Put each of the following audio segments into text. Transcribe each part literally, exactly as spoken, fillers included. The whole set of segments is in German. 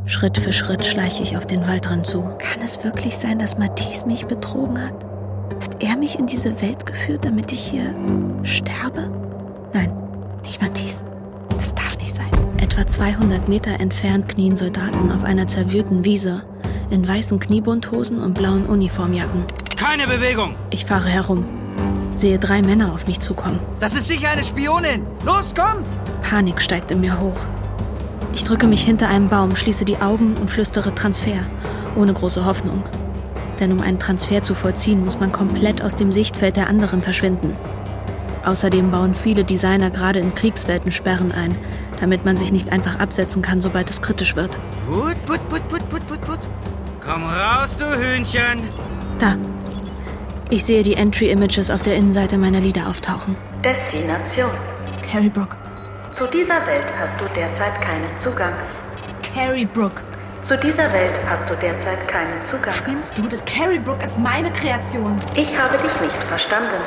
Schritt für Schritt schleiche ich auf den Waldrand zu. Kann es wirklich sein, dass Matisse mich betrogen hat? Hat er mich in diese Welt geführt, damit ich hier sterbe? Nein, nicht Matisse. Das darf nicht sein. Etwa zweihundert Meter entfernt knien Soldaten auf einer zerwühlten Wiese in weißen Kniebundhosen und blauen Uniformjacken. Keine Bewegung! Ich fahre herum, sehe drei Männer auf mich zukommen. Das ist sicher eine Spionin! Los, kommt! Panik steigt in mir hoch. Ich drücke mich hinter einem Baum, schließe die Augen und flüstere Transfer, ohne große Hoffnung. Denn um einen Transfer zu vollziehen, muss man komplett aus dem Sichtfeld der anderen verschwinden. Außerdem bauen viele Designer gerade in Kriegswelten Sperren ein, damit man sich nicht einfach absetzen kann, sobald es kritisch wird. Put, put, put, put, put, put, put. Komm raus, du Hühnchen! Da. Ich sehe die Entry-Images auf der Innenseite meiner Lieder auftauchen. Destination. Carrie Brook. Zu dieser Welt hast du derzeit keinen Zugang. Carrie Brook. Zu dieser Welt hast du derzeit keinen Zugang. Spinnst du? Carrie Brook ist meine Kreation. Ich habe dich nicht verstanden.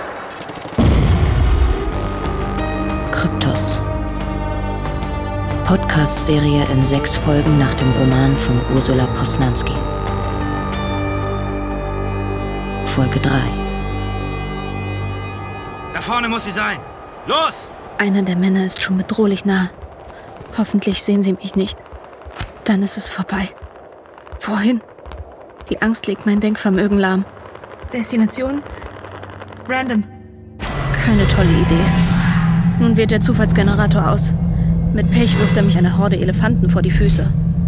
Kryptos. Podcast-Serie in sechs Folgen nach dem Roman von Ursula Posnanski. Folge drei. Da vorne muss sie sein. Los! Einer der Männer ist schon bedrohlich nah. Hoffentlich sehen sie mich nicht. Dann ist es vorbei. Wohin? Die Angst legt mein Denkvermögen lahm. Destination? Random. Keine tolle Idee. Nun wird der Zufallsgenerator aus. Mit Pech wirft er mich einer Horde Elefanten vor die Füße.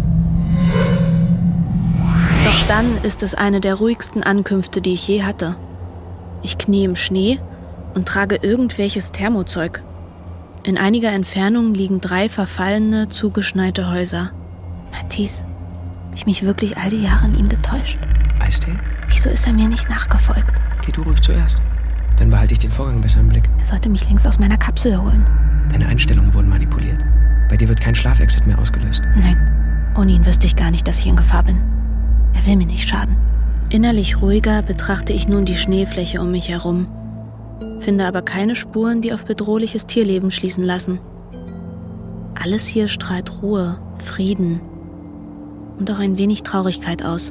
Doch dann ist es eine der ruhigsten Ankünfte, die ich je hatte. Ich knie im Schnee und trage irgendwelches Thermozeug. In einiger Entfernung liegen drei verfallene, zugeschneite Häuser. Matisse, hab ich mich wirklich all die Jahre in ihm getäuscht? Eistee? Wieso ist er mir nicht nachgefolgt? Geh du ruhig zuerst. Dann behalte ich den Vorgang besser im Blick. Er sollte mich längst aus meiner Kapsel holen. Deine Einstellungen wurden manipuliert. Bei dir wird kein Schlafexit mehr ausgelöst. Nein, ohne ihn wüsste ich gar nicht, dass ich in Gefahr bin. Er will mir nicht schaden. Innerlich ruhiger betrachte ich nun die Schneefläche um mich herum. Finde aber keine Spuren, die auf bedrohliches Tierleben schließen lassen. Alles hier strahlt Ruhe, Frieden und auch ein wenig Traurigkeit aus.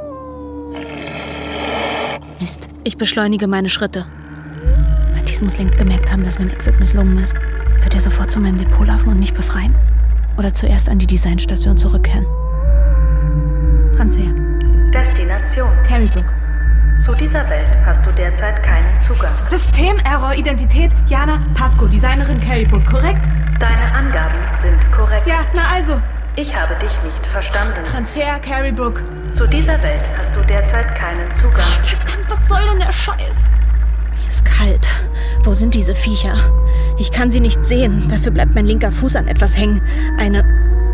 Mist, ich beschleunige meine Schritte. Matisse muss längst gemerkt haben, dass mein Exit misslungen ist. Wird er sofort zu meinem Depot laufen und mich befreien? Oder zuerst an die Designstation zurückkehren? Transfer. Destination. Carrie Brook. Zu dieser Welt hast du derzeit keinen Zugang. Systemerror, Identität, Jana Pasco, Designerin Carrie Brook, korrekt? Deine Angaben sind korrekt. Ja, na also. Ich habe dich nicht verstanden. Transfer, Carrie Brook. Zu dieser Welt hast du derzeit keinen Zugang. Verdammt, was soll denn der Scheiß? Mir ist kalt. Wo sind diese Viecher? Ich kann sie nicht sehen. Dafür bleibt mein linker Fuß an etwas hängen. Eine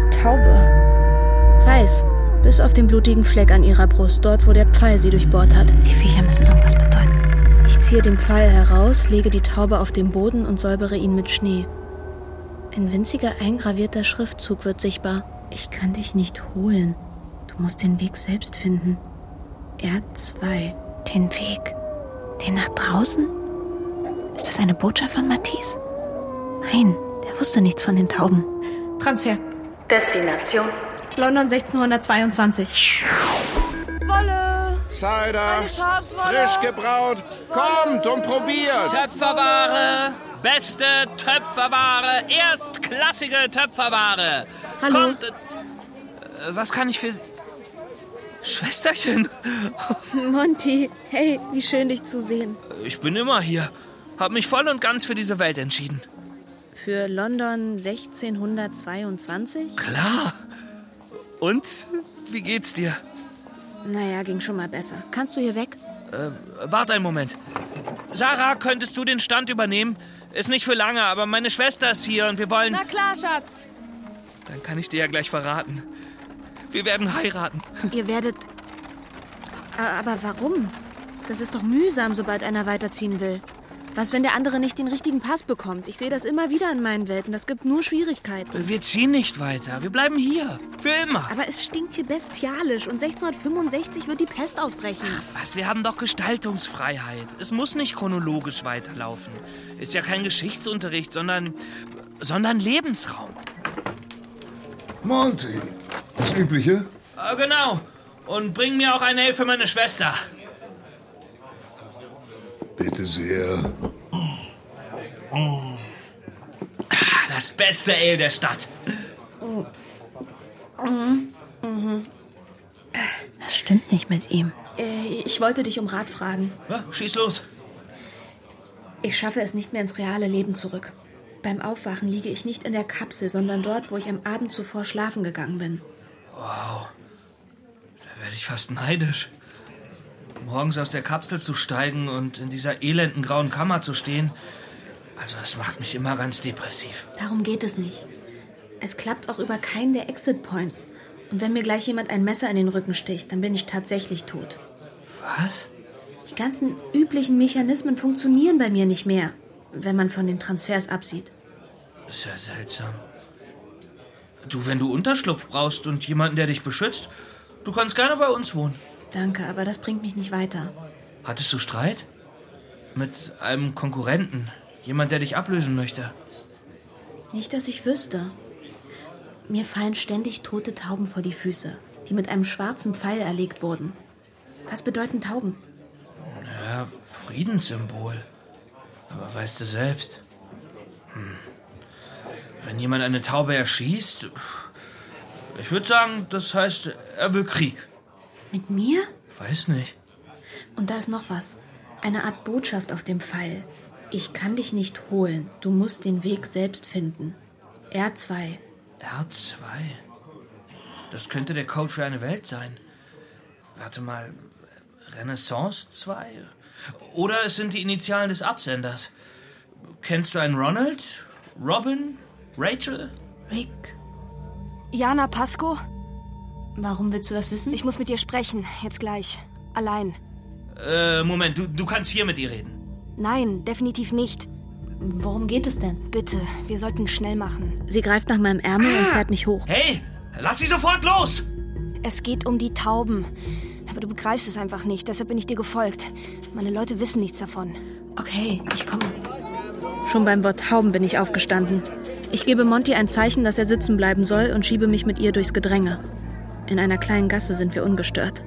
Taube. Weiß. Bis auf den blutigen Fleck an ihrer Brust, dort, wo der Pfeil sie durchbohrt hat. Die Viecher müssen irgendwas bedeuten. Ich ziehe den Pfeil heraus, lege die Taube auf den Boden und säubere ihn mit Schnee. Ein winziger eingravierter Schriftzug wird sichtbar. Ich kann dich nicht holen. Du musst den Weg selbst finden. R zwei. Den Weg? Den nach draußen? Ist das eine Botschaft von Matisse? Nein, der wusste nichts von den Tauben. Transfer. Destination. London sechzehnhundertzweiundzwanzig. Wolle! Cider, frisch gebraut, kommt und probiert! Töpferware, beste Töpferware, erstklassige Töpferware. Hallo? Kommt, äh, was kann ich für Sie... Schwesterchen? Monty, hey, wie schön dich zu sehen. Ich bin immer hier. Hab mich voll und ganz für diese Welt entschieden. Für London sechzehnhundertzweiundzwanzig? Klar. Und? Wie geht's dir? Naja, ging schon mal besser. Kannst du hier weg? Äh, warte einen Moment. Sarah, könntest du den Stand übernehmen? Ist nicht für lange, aber meine Schwester ist hier und wir wollen... Na klar, Schatz. Dann kann ich dir ja gleich verraten. Wir werden heiraten. Ihr werdet... Aber warum? Das ist doch mühsam, sobald einer weiterziehen will. Was, wenn der andere nicht den richtigen Pass bekommt? Ich sehe das immer wieder in meinen Welten. Das gibt nur Schwierigkeiten. Wir ziehen nicht weiter. Wir bleiben hier. Für immer. Aber es stinkt hier bestialisch. Und sechzehnhundertfünfundsechzig wird die Pest ausbrechen. Ach was, wir haben doch Gestaltungsfreiheit. Es muss nicht chronologisch weiterlaufen. Ist ja kein Geschichtsunterricht, sondern, sondern Lebensraum. Monty, Das Übliche? Äh, genau. Und bring mir auch ein Ale für meine Schwester. Bitte sehr. Das beste Ale der Stadt. Mhm. Mhm. Was stimmt nicht mit ihm? Äh, ich wollte dich um Rat fragen. Ja, schieß los. Ich schaffe es nicht mehr ins reale Leben zurück. Beim Aufwachen liege ich nicht in der Kapsel, sondern dort, wo ich am Abend zuvor schlafen gegangen bin. Wow. Da werde ich fast neidisch. Morgens aus der Kapsel zu steigen und in dieser elenden grauen Kammer zu stehen, also das macht mich immer ganz depressiv. Darum geht es nicht. Es klappt auch über keinen der Exit Points. Und wenn mir gleich jemand ein Messer in den Rücken sticht, dann bin ich tatsächlich tot. Was? Die ganzen üblichen Mechanismen funktionieren bei mir nicht mehr, wenn man von den Transfers absieht. Ist ja seltsam. Du, wenn du Unterschlupf brauchst und jemanden, der dich beschützt, du kannst gerne bei uns wohnen. Danke, aber das bringt mich nicht weiter. Hattest du Streit? Mit einem Konkurrenten? Jemand, der dich ablösen möchte? Nicht, dass ich wüsste. Mir fallen ständig tote Tauben vor die Füße, die mit einem schwarzen Pfeil erlegt wurden. Was bedeuten Tauben? Ja, Friedenssymbol. Aber weißt du selbst. Hm. Wenn jemand eine Taube erschießt, ich würde sagen, das heißt, er will Krieg. Mit mir? Weiß nicht. Und da ist noch was. Eine Art Botschaft auf dem Pfeil. Ich kann dich nicht holen. Du musst den Weg selbst finden. R zwei. R zwei? Das könnte der Code für eine Welt sein. Warte mal. Renaissance zwei? Oder es sind die Initialen des Absenders. Kennst du einen Ronald? Robin? Rachel? Rick. Jana Pasco? Warum willst du das wissen? Ich muss mit dir sprechen. Jetzt gleich. Allein. Äh, Moment. Du, du kannst hier mit ihr reden. Nein, definitiv nicht. Worum geht es denn? Bitte, wir sollten schnell machen. Sie greift nach meinem Ärmel ah. und zerrt mich hoch. Hey, lass sie sofort los! Es geht um die Tauben. Aber du begreifst es einfach nicht, deshalb bin ich dir gefolgt. Meine Leute wissen nichts davon. Okay, ich komme. Schon beim Wort Tauben bin ich aufgestanden. Ich gebe Monty ein Zeichen, dass er sitzen bleiben soll und schiebe mich mit ihr durchs Gedränge. In einer kleinen Gasse sind wir ungestört.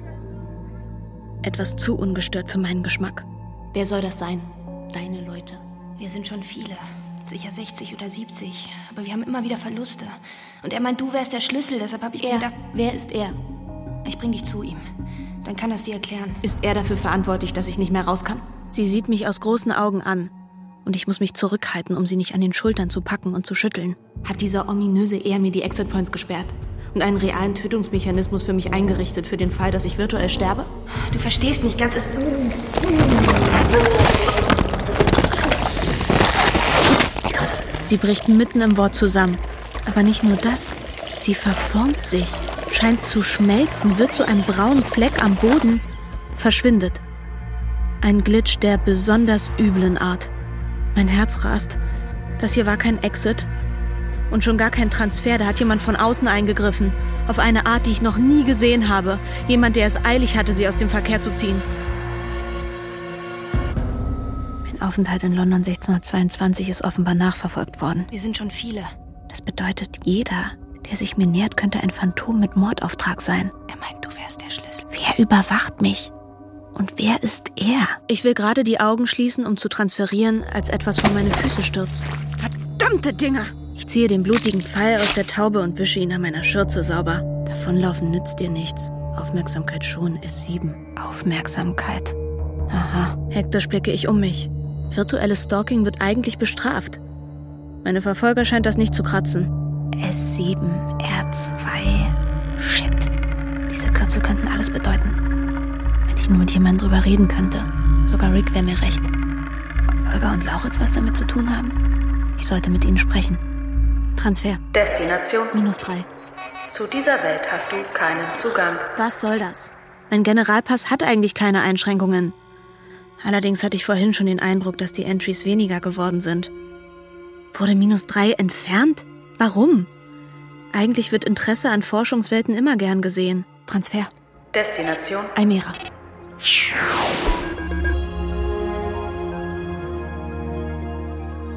Etwas zu ungestört für meinen Geschmack. Wer soll das sein? Deine Leute. Wir sind schon viele. Sicher sechzig oder siebzig. Aber wir haben immer wieder Verluste. Und er meint, du wärst der Schlüssel, deshalb habe ich er. gedacht... Wer ist er? Ich bring dich zu ihm. Dann kann er es dir erklären. Ist er dafür verantwortlich, dass ich nicht mehr raus kann? Sie sieht mich aus großen Augen an. Und ich muss mich zurückhalten, um sie nicht an den Schultern zu packen und zu schütteln. Hat dieser ominöse Er mir die Exit Points gesperrt? Und einen realen Tötungsmechanismus für mich eingerichtet, für den Fall, dass ich virtuell sterbe? Du verstehst nicht ganz... Es Sie bricht mitten im Wort zusammen. Aber nicht nur das. Sie verformt sich, scheint zu schmelzen, wird zu einem braunen Fleck am Boden, verschwindet. Ein Glitch der besonders üblen Art. Mein Herz rast. Das hier war kein Exit. Und schon gar kein Transfer, da hat jemand von außen eingegriffen. Auf eine Art, die ich noch nie gesehen habe. Jemand, der es eilig hatte, sie aus dem Verkehr zu ziehen. Mein Aufenthalt in London sechzehnhundertzweiundzwanzig ist offenbar nachverfolgt worden. Wir sind schon viele. Das bedeutet, jeder, der sich mir nähert, könnte ein Phantom mit Mordauftrag sein. Er meint, du wärst der Schlüssel. Wer überwacht mich? Und wer ist er? Ich will gerade die Augen schließen, um zu transferieren, als etwas vor meine Füße stürzt. Verdammte Dinger! Ich ziehe den blutigen Pfeil aus der Taube und wische ihn an meiner Schürze sauber. Davonlaufen nützt dir nichts. Aufmerksamkeit schon, S sieben. Aufmerksamkeit. Aha. Hektisch blicke ich um mich. Virtuelles Stalking wird eigentlich bestraft. Meine Verfolger scheint das nicht zu kratzen. S sieben, R zwei. Shit. Diese Kürzel könnten alles bedeuten. Wenn ich nur mit jemandem drüber reden könnte. Sogar Rick wäre mir recht. Ob Olga und Lauritz was damit zu tun haben? Ich sollte mit ihnen sprechen. Transfer. Destination. Minus drei. Zu dieser Welt hast du keinen Zugang. Was soll das? Mein Generalpass hat eigentlich keine Einschränkungen. Allerdings hatte ich vorhin schon den Eindruck, dass die Entries weniger geworden sind. Wurde Minus drei entfernt? Warum? Eigentlich wird Interesse an Forschungswelten immer gern gesehen. Transfer. Destination. Aimera.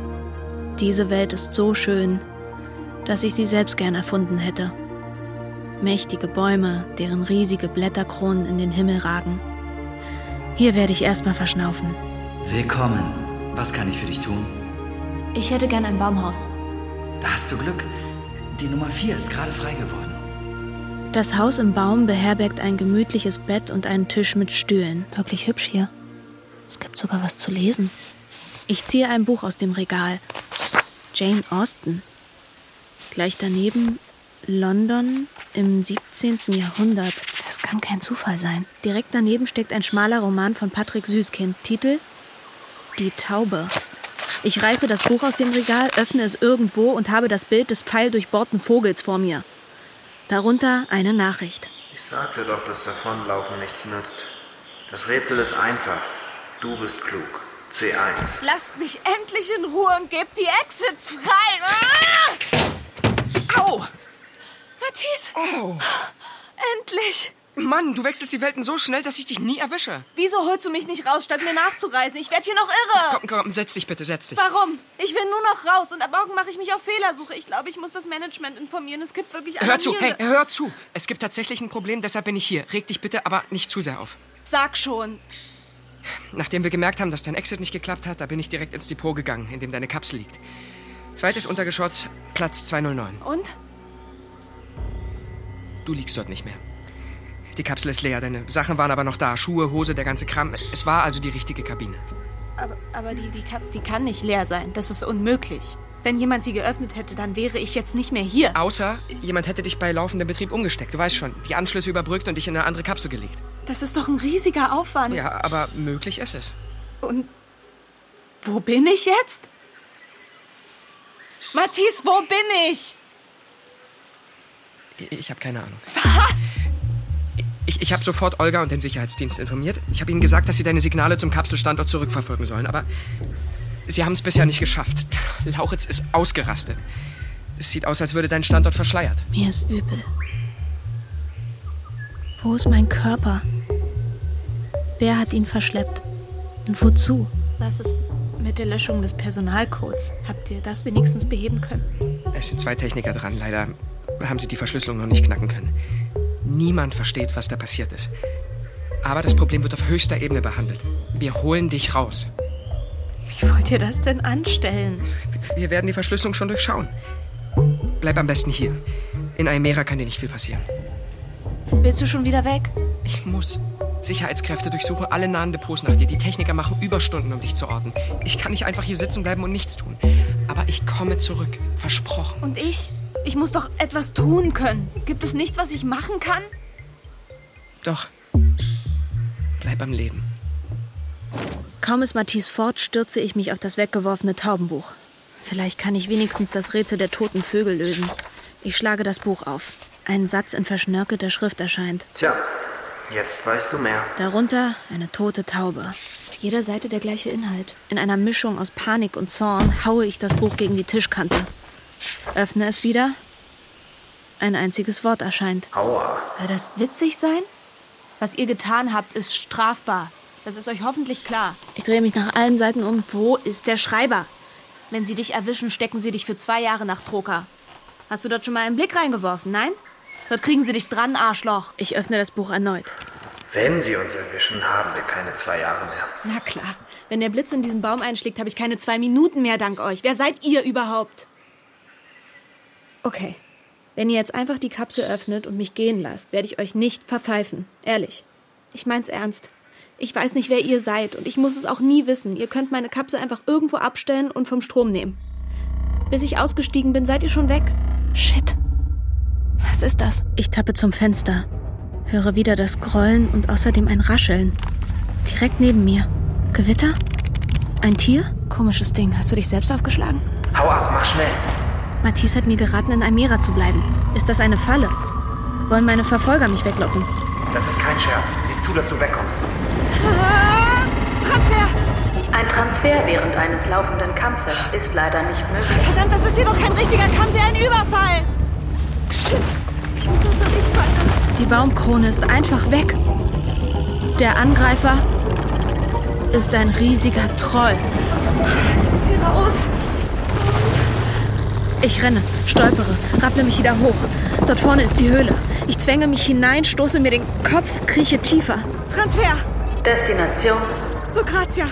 Diese Welt ist so schön, dass ich sie selbst gern erfunden hätte. Mächtige Bäume, deren riesige Blätterkronen in den Himmel ragen. Hier werde ich erstmal verschnaufen. Willkommen. Was kann ich für dich tun? Ich hätte gern ein Baumhaus. Da hast du Glück. Die Nummer vier ist gerade frei geworden. Das Haus im Baum beherbergt ein gemütliches Bett und einen Tisch mit Stühlen. Wirklich hübsch hier. Es gibt sogar was zu lesen. Ich ziehe ein Buch aus dem Regal. Jane Austen. Gleich daneben London im siebzehnten Jahrhundert. Das kann kein Zufall sein. Direkt daneben steckt ein schmaler Roman von Patrick Süskind. Titel: Die Taube. Ich reiße das Buch aus dem Regal, öffne es irgendwo und habe das Bild des pfeildurchbohrten Vogels vor mir. Darunter eine Nachricht. Ich sagte doch, dass Davonlaufen nichts nützt. Das Rätsel ist einfach. Du bist klug. C eins. Lasst mich endlich in Ruhe und gebt die Exits frei. Ah! Au! Matisse! Oh! Endlich! Mann, du wechselst die Welten so schnell, dass ich dich nie erwische. Wieso holst du mich nicht raus, statt mir nachzureisen? Ich werde hier noch irre. Komm, komm, setz dich bitte, setz dich. Warum? Ich will nur noch raus und ab morgen mache ich mich auf Fehlersuche. Ich glaube, ich muss das Management informieren. Es gibt wirklich Hör zu, hey, hör zu. Es gibt tatsächlich ein Problem, deshalb bin ich hier. Reg dich bitte, aber nicht zu sehr auf. Sag schon. Nachdem wir gemerkt haben, dass dein Exit nicht geklappt hat, da bin ich direkt ins Depot gegangen, in dem deine Kapsel liegt. Zweites Untergeschoss, Platz zweihundertneun. Und? Du liegst dort nicht mehr. Die Kapsel ist leer, deine Sachen waren aber noch da. Schuhe, Hose, der ganze Kram. Es war also die richtige Kabine. Aber, aber die, die, die kann nicht leer sein. Das ist unmöglich. Wenn jemand sie geöffnet hätte, dann wäre ich jetzt nicht mehr hier. Außer jemand hätte dich bei laufendem Betrieb umgesteckt. Du weißt schon, die Anschlüsse überbrückt und dich in eine andere Kapsel gelegt. Das ist doch ein riesiger Aufwand. Ja, aber möglich ist es. Und wo bin ich jetzt? Matisse, wo bin ich? Ich, ich habe keine Ahnung. Was? Ich, ich habe sofort Olga und den Sicherheitsdienst informiert. Ich habe ihnen gesagt, dass sie deine Signale zum Kapselstandort zurückverfolgen sollen. Aber sie haben es bisher nicht geschafft. Lauritz ist ausgerastet. Es sieht aus, als würde dein Standort verschleiert. Mir ist übel. Wo ist mein Körper? Wer hat ihn verschleppt? Und wozu? Was ist mit der Löschung des Personalcodes? Habt ihr das wenigstens beheben können? Es sind zwei Techniker dran. Leider haben sie die Verschlüsselung noch nicht knacken können. Niemand versteht, was da passiert ist. Aber das Problem wird auf höchster Ebene behandelt. Wir holen dich raus. Wie wollt ihr das denn anstellen? Wir werden die Verschlüsselung schon durchschauen. Bleib am besten hier. In Aimera kann dir nicht viel passieren. Willst du schon wieder weg? Ich muss. Sicherheitskräfte durchsuchen alle nahen Depots nach dir. Die Techniker machen Überstunden, um dich zu orten. Ich kann nicht einfach hier sitzen bleiben und nichts tun. Aber ich komme zurück. Versprochen. Und ich? Ich muss doch etwas tun können. Gibt es nichts, was ich machen kann? Doch. Bleib am Leben. Kaum ist Matisse fort, stürze ich mich auf das weggeworfene Taubenbuch. Vielleicht kann ich wenigstens das Rätsel der toten Vögel lösen. Ich schlage das Buch auf. Ein Satz in verschnörkelter Schrift erscheint. Tja, jetzt weißt du mehr. Darunter eine tote Taube. Auf jeder Seite der gleiche Inhalt. In einer Mischung aus Panik und Zorn haue ich das Buch gegen die Tischkante. Öffne es wieder. Ein einziges Wort erscheint. Aua. Soll das witzig sein? Was ihr getan habt, ist strafbar. Das ist euch hoffentlich klar. Ich drehe mich nach allen Seiten um. Wo ist der Schreiber? Wenn sie dich erwischen, stecken sie dich für zwei Jahre nach Troka. Hast du dort schon mal einen Blick reingeworfen, nein? Dort kriegen sie dich dran, Arschloch. Ich öffne das Buch erneut. Wenn sie uns erwischen, haben wir keine zwei Jahre mehr. Na klar. Wenn der Blitz in diesen Baum einschlägt, habe ich keine zwei Minuten mehr, dank euch. Wer seid ihr überhaupt? Okay. Wenn ihr jetzt einfach die Kapsel öffnet und mich gehen lasst, werde ich euch nicht verpfeifen. Ehrlich. Ich mein's ernst. Ich weiß nicht, wer ihr seid und ich muss es auch nie wissen. Ihr könnt meine Kapsel einfach irgendwo abstellen und vom Strom nehmen. Bis ich ausgestiegen bin, seid ihr schon weg. Shit. Was ist das? Ich tappe zum Fenster. Höre wieder das Grollen und außerdem ein Rascheln. Direkt neben mir. Gewitter? Ein Tier? Komisches Ding. Hast du dich selbst aufgeschlagen? Hau ab, mach schnell. Matisse hat mir geraten, in Aimera zu bleiben. Ist das eine Falle? Wollen meine Verfolger mich weglocken? Das ist kein Scherz. Sieh zu, dass du wegkommst. Ah, Transfer! Ein Transfer während eines laufenden Kampfes ist leider nicht möglich. Verdammt, das ist hier doch kein richtiger Kampf, wie ein Überfall! Shit, ich muss uns doch nicht weiter. Die Baumkrone ist einfach weg. Der Angreifer ist ein riesiger Troll. Ich muss hier raus. Ich renne, stolpere, rapple mich wieder hoch. Dort vorne ist die Höhle. Ich zwänge mich hinein, stoße mir den Kopf, krieche tiefer. Transfer! Destination Sokratia.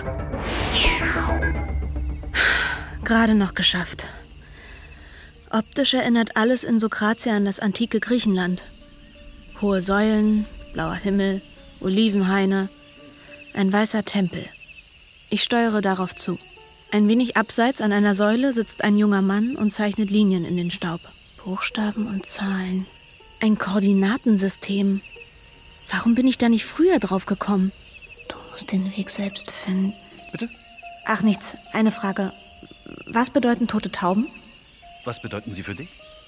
Gerade noch geschafft. Optisch erinnert alles in Sokratia an das antike Griechenland. Hohe Säulen, blauer Himmel, Olivenhaine, ein weißer Tempel. Ich steuere darauf zu. Ein wenig abseits an einer Säule sitzt ein junger Mann und zeichnet Linien in den Staub. Buchstaben und Zahlen. Ein Koordinatensystem. Warum bin ich da nicht früher drauf gekommen? Du musst den Weg selbst finden. Bitte? Ach, nichts. Eine Frage. Was bedeuten tote Tauben? Was bedeuten sie für dich?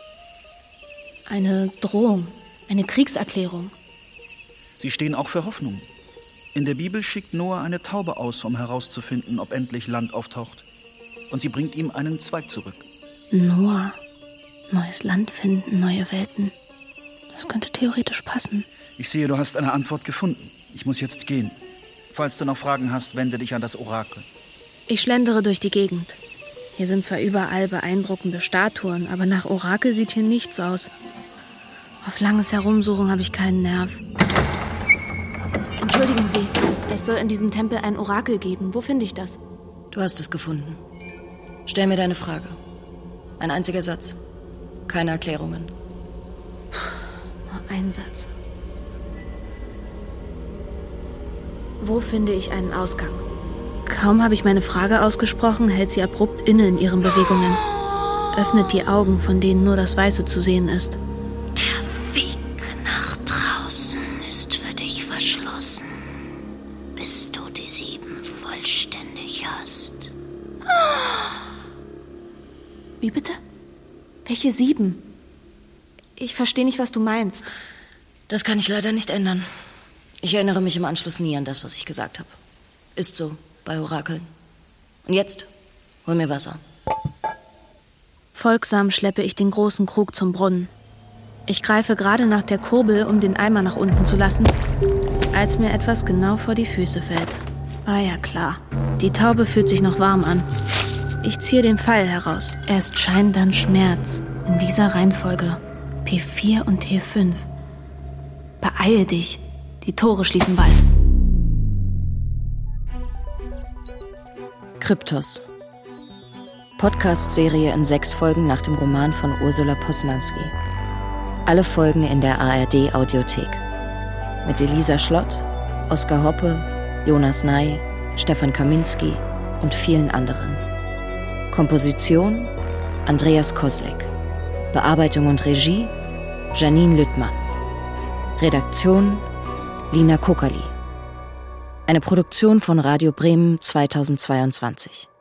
Eine Drohung. Eine Kriegserklärung. Sie stehen auch für Hoffnung. In der Bibel schickt Noah eine Taube aus, um herauszufinden, ob endlich Land auftaucht. Und sie bringt ihm einen Zweig zurück. Noah. Neues Land finden, neue Welten. Das könnte theoretisch passen. Ich sehe, du hast eine Antwort gefunden. Ich muss jetzt gehen. Falls du noch Fragen hast, wende dich an das Orakel. Ich schlendere durch die Gegend. Hier sind zwar überall beeindruckende Statuen, aber nach Orakel sieht hier nichts aus. Auf langes Herumsuchen habe ich keinen Nerv. Entschuldigen Sie, es soll in diesem Tempel ein Orakel geben. Wo finde ich das? Du hast es gefunden. Stell mir deine Frage. Ein einziger Satz. Keine Erklärungen. Puh, nur ein Satz. Wo finde ich einen Ausgang? Kaum habe ich meine Frage ausgesprochen, hält sie abrupt inne in ihren Bewegungen. Öffnet die Augen, von denen nur das Weiße zu sehen ist. Der Weg nach draußen ist für dich verschlossen, bis du die sieben vollständig hast. Wie bitte? Welche sieben? Ich verstehe nicht, was du meinst. Das kann ich leider nicht ändern. Ich erinnere mich im Anschluss nie an das, was ich gesagt habe. Ist so, bei Orakeln. Und jetzt, hol mir Wasser. Folgsam schleppe ich den großen Krug zum Brunnen. Ich greife gerade nach der Kurbel, um den Eimer nach unten zu lassen, als mir etwas genau vor die Füße fällt. War ja klar. Die Taube fühlt sich noch warm an. Ich ziehe den Pfeil heraus. Erst Schein, dann Schmerz. In dieser Reihenfolge. P vier und T fünf. Beeile dich. Die Tore schließen bald. Kryptos. Podcast-Serie in sechs Folgen nach dem Roman von Ursula Posnanski. Alle Folgen in der A R D-Audiothek. Mit Elisa Schlott, Oskar Hoppe, Jonas Ney, Stefan Kaminski und vielen anderen. Komposition Andreas Koslek. Bearbeitung und Regie Janine Lüttmann. Redaktion Lina Kokali. Eine Produktion von Radio Bremen zweitausendzweiundzwanzig.